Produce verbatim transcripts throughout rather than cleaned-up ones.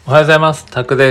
おはようございます。タクです。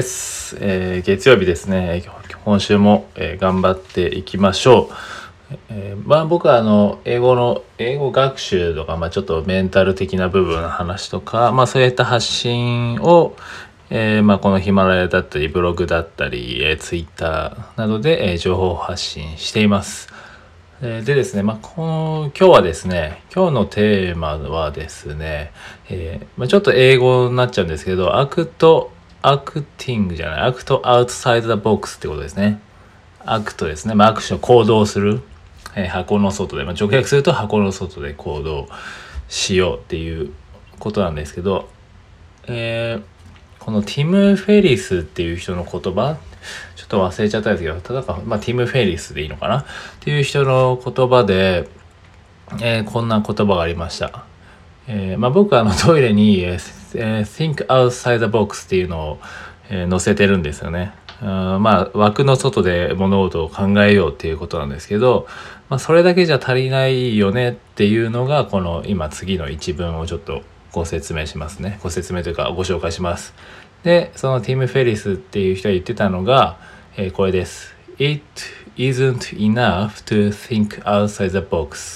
えー、月曜日ですね。今週も、えー、頑張っていきましょう。えー、まあ僕はあの英語の英語学習とか、まあちょっとメンタル的な部分の話とか、まあそういった発信を、えー、まあこのヒマラヤだったりブログだったり、えー、ツイッターなどで、えー、情報発信しています。でですね、まあ、この今日はですね、今日のテーマはですね、えーまあ、ちょっと英語になっちゃうんですけど、アクト、アクティングじゃない、アクトアウトサイドザボックスってことですね。アクトですね、まあ、アクション、行動する、えー箱の外で、まあ、直訳すると箱の外で行動しようっていうことなんですけど、えーこのティム・フェリスっていう人の言葉、ちょっと忘れちゃったんですけど、ただか、まあ、ティム・フェリスでいいのかなっていう人の言葉で、えーこんな言葉がありました。えーまあ、僕はあのトイレに、えー think outside the box っていうのを、えー載せてるんですよね。あまあ枠の外で物事を考えようっていうことなんですけど、まあ、それだけじゃ足りないよねっていうのがこの今次の一文をちょっとご説明しますね。ご説明というかご紹介します。で、そのティム・フェリスっていう人が言ってたのが、えーこれです。It isn't enough to think outside the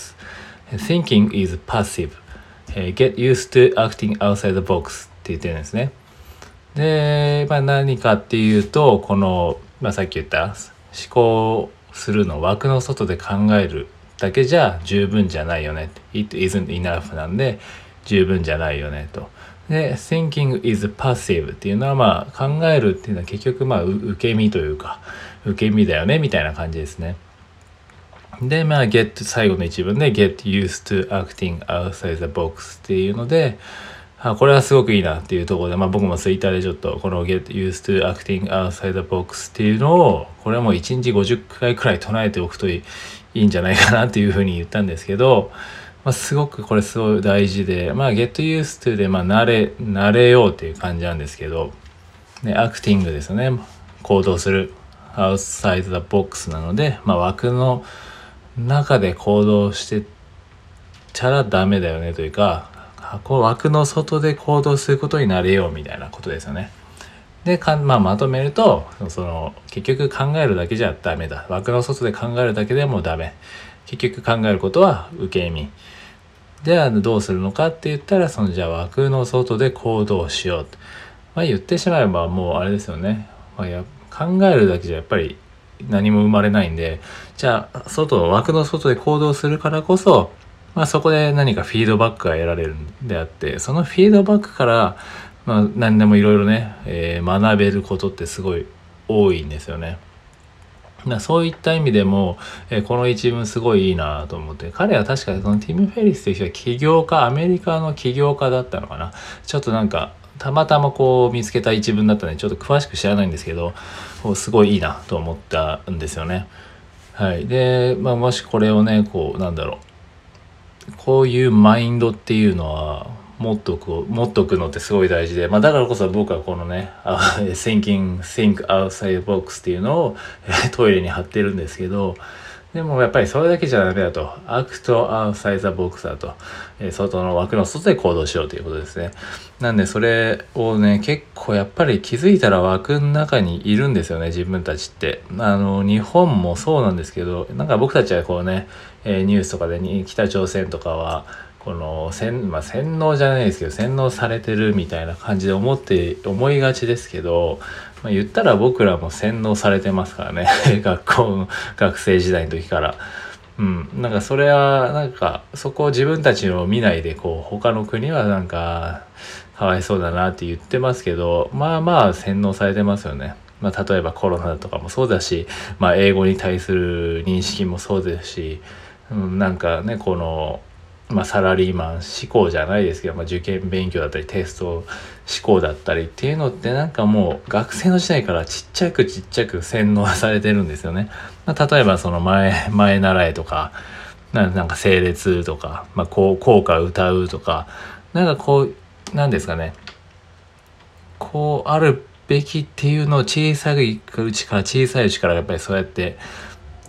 box.Thinking is passive.Get used to acting outside the box って言ってるんですね。で、まあ、何かっていうと、この、まあ、さっき言った思考するの枠の外で考えるだけじゃ十分じゃないよね。It isn't enough なんで十分じゃないよねと。で、thinking is passive っていうのはまあ考えるっていうのは結局まあ受け身というか受け身だよねみたいな感じですね。で、まあ get 最後の一文で get used to acting outside the box っていうので、あ、これはすごくいいなっていうところで、まあ僕もツイッターでちょっとこの get used to acting outside the box っていうのを、これはもういちにちごじゅっかいくらい唱えておくといい、いいんじゃないかなっていうふうに言ったんですけど、まあすごくこれすごい大事で、まあ get used to でまあ慣れ、慣れようっていう感じなんですけど、ね、アクティングですよね。行動する。outside the box なので、まあ枠の中で行動してちゃらダメだよねというか、こう枠の外で行動することになれようみたいなことですよね。でか、まあ、まとめるとその結局考えるだけじゃダメだ、枠の外で考えるだけでもダメ、結局考えることは受け身ではどうするのかって言ったら、そのじゃあ枠の外で行動しようと、まあ、言ってしまえばもうあれですよね、まあ、や考えるだけじゃやっぱり何も生まれないんで、じゃあ外枠の外で行動するからこそ、まあ、そこで何かフィードバックが得られるんであって、そのフィードバックから、まあ、何でもいろいろね、えー学べることってすごい多いんですよね。だそういった意味でも、えーこの一文すごいいいなと思って、彼は確かそのティム・フェリスという人は起業家、アメリカの起業家だったのかな。ちょっとなんかたまたまこう見つけた一文だったのでちょっと詳しく知らないんですけど、すごいいいなと思ったんですよね。はい。で、まあ、もしこれをね、こうなんだろう、こういうマインドっていうのは持っとく持っとくのってすごい大事で、まあ、だからこそ僕はこのねあ Thinking Think Outside Box っていうのをトイレに貼ってるんですけど、でもやっぱりそれだけじゃダメだと、アクトOutside the Box だと、えー外の枠の外で行動しようということですね。なんでそれをね結構やっぱり気づいたら枠の中にいるんですよね、自分たちって。あの日本もそうなんですけど、なんか僕たちはこうね、えーニュースとかでに北朝鮮とかはこの洗、まあ、洗脳じゃないですけど洗脳されてるみたいな感じで思って思いがちですけど、まあ、言ったら僕らも洗脳されてますからね学校の学生時代の時から。うん、なんかそれはなんかそこを自分たちの見ないでこう他の国はなんかかわいそうだなって言ってますけど、まあまあ洗脳されてますよね。まあ例えばコロナとかもそうだし、まあ英語に対する認識もそうですし、うん、なんかねこのまあ、サラリーマン志向じゃないですけど、まあ、受験勉強だったりテスト志向だったりっていうのってなんかもう学生の時代からちっちゃくちっちゃく洗脳されてるんですよね。まあ、例えばその前前習いとかななんか整列とか、まあ、こう校歌歌うとか、なんかこうなんですかね、こうあるべきっていうのを小さいうちから小さいうちからやっぱりそうやって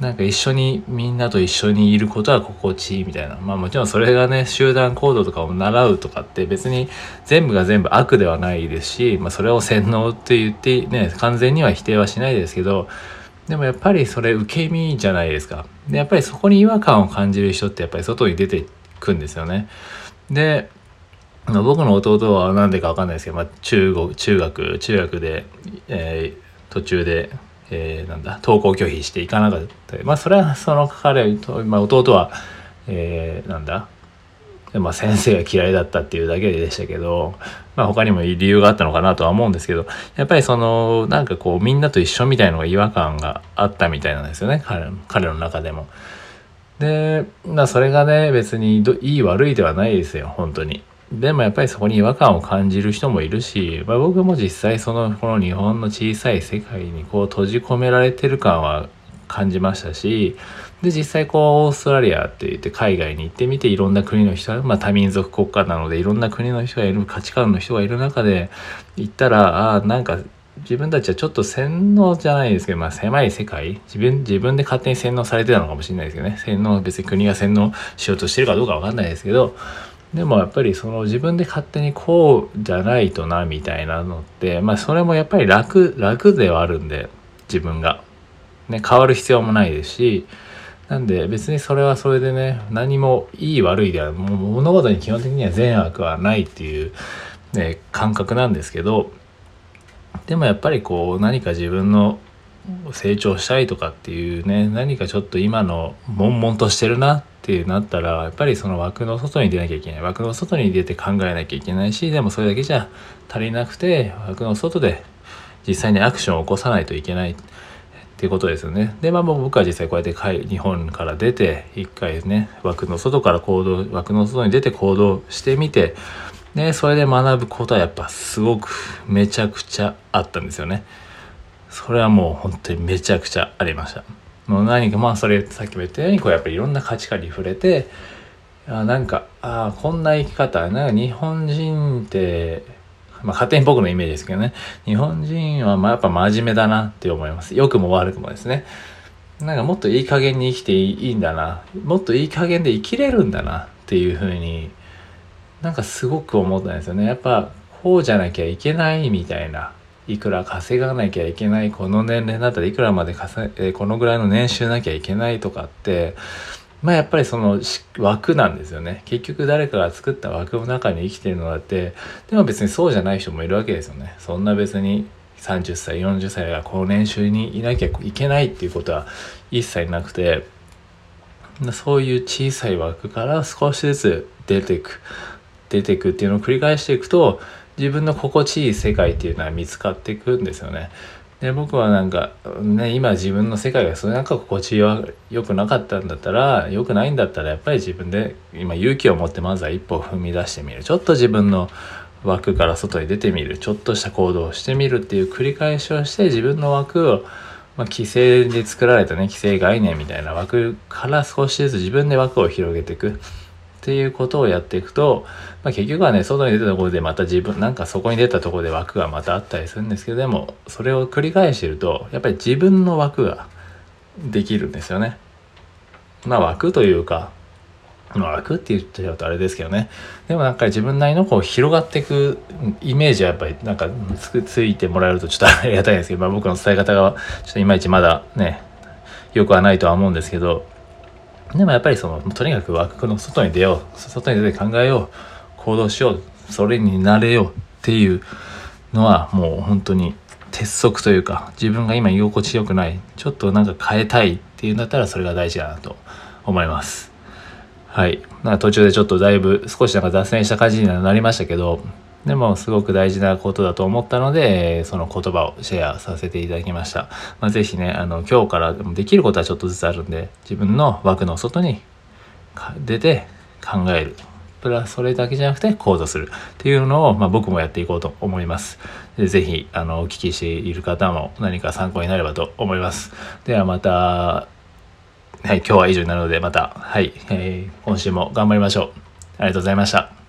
なんか一緒にみんなと一緒にいることは心地いいみたいな。まあもちろんそれがね、集団行動とかを習うとかって別に全部が全部悪ではないですし、まあそれを洗脳って言ってね、完全には否定はしないですけど、でもやっぱりそれ受け身じゃないですか。で、やっぱりそこに違和感を感じる人ってやっぱり外に出てくんですよね。で、まあ、僕の弟は何でか分かんないですけど、まあ、中国中学中学で、えー、途中で、えー、なんだ登校拒否していかなかった。まあそれはその彼と、まあ、弟は、えー、なんだまあ、先生が嫌いだったっていうだけでしたけど、まあ、他にも理由があったのかなとは思うんですけど、やっぱりそのなんかこうみんなと一緒みたいのが違和感があったみたいなんですよね、彼彼の中でも。で、まあ、それがね別にどいい悪いではないですよ本当に。でもやっぱりそこに違和感を感じる人もいるし、まあ、僕も実際そのこの日本の小さい世界にこう閉じ込められてる感は感じましたし、で実際こうオーストラリアって言って海外に行ってみていろんな国の人が、まあ、多民族国家なのでいろんな国の人がいる価値観の人がいる中で行ったら、あなんか自分たちはちょっと洗脳じゃないですけど、まあ、狭い世界自分自分で勝手に洗脳されてたのかもしれないですけどね。洗脳別に国が洗脳しようとしてるかどうかわかんないですけど、でもやっぱりその自分で勝手にこうじゃないとなみたいなのって、まあそれもやっぱり楽楽ではあるんで、自分がね変わる必要もないですし、なんで別にそれはそれでね何もいい悪いではもう物事に基本的には善悪はないっていう、ね、感覚なんですけど、でもやっぱりこう何か自分の成長したいとかっていうね、何かちょっと今の悶々としてるなってなったらやっぱりその枠の外に出なきゃいけない、枠の外に出て考えなきゃいけないし、でもそれだけじゃ足りなくて枠の外で実際にアクションを起こさないといけないっていうことですよね。でまあ僕は実際こうやって日本から出て一回ね枠の外から行動枠の外に出て行動してみて、でそれで学ぶことはやっぱすごくめちゃくちゃあったんですよね。それはもう本当にめちゃくちゃありました。もう何かまあそれさっきも言ったようにこうやっぱりいろんな価値観に触れて、あなんかあこんな生き方なんか日本人ってまあ勝手に僕のイメージですけどね、日本人はまあやっぱ真面目だなって思います。良くも悪くもですね。なんかもっといい加減に生きていいんだな、もっといい加減で生きれるんだなっていう風になんかすごく思ったんですよね。やっぱこうじゃなきゃいけないみたいな、いくら稼がなきゃいけない、この年齢だったらいくらまで稼い、このぐらいの年収なきゃいけないとかって、まあやっぱりその枠なんですよね。結局誰かが作った枠の中に生きてるのだって、でも別にそうじゃない人もいるわけですよね。そんな別にさんじゅっさいよんじゅっさいがこの年収にいなきゃいけないっていうことは一切なくて、そういう小さい枠から少しずつ出ていく出ていくっていうのを繰り返していくと、自分の心地いい世界っていうのは見つかっていくんですよね。で僕はなんかね今自分の世界がそれなんか心地よくなかったんだったら、良くないんだったらやっぱり自分で今勇気を持ってまずは一歩踏み出してみる、ちょっと自分の枠から外に出てみる、ちょっとした行動をしてみるっていう繰り返しをして、自分の枠をまあ、規制で作られたね規制概念みたいな枠から少しずつ自分で枠を広げていくっていうことをやっていくと、まあ、結局はね外に出たところでまた自分なんかそこに出たところで枠がまたあったりするんですけど、でもそれを繰り返してるとやっぱり自分の枠ができるんですよね。まあ枠というか、まあ枠って言っちゃうとあれですけどね、でもなんか自分なりのこう広がっていくイメージはやっぱりなんか つ, ついてもらえるとちょっとありがたいんですけど、まあ、僕の伝え方がちょっといまいちまだねよくはないとは思うんですけど、でもやっぱりそのとにかく枠の外に出よう、外に出て考えよう、行動しよう、それになれようっていうのはもう本当に鉄則というか、自分が今居心地よくない、ちょっとなんか変えたいっていうんだったらそれが大事だなと思います。はい、なんか途中でちょっとだいぶ少しなんか脱線した感じにはなりましたけど、でもすごく大事なことだと思ったのでその言葉をシェアさせていただきました。まあ、ぜひねあの今日からでもできることはちょっとずつあるんで、自分の枠の外に出て考える、プラスそれだけじゃなくて行動するっていうのを、まあ、僕もやっていこうと思います。でぜひあのお聞きしている方も何か参考になればと思います。ではまた、はい、今日は以上になるのでまた、はい、えー、今週も頑張りましょう。ありがとうございました。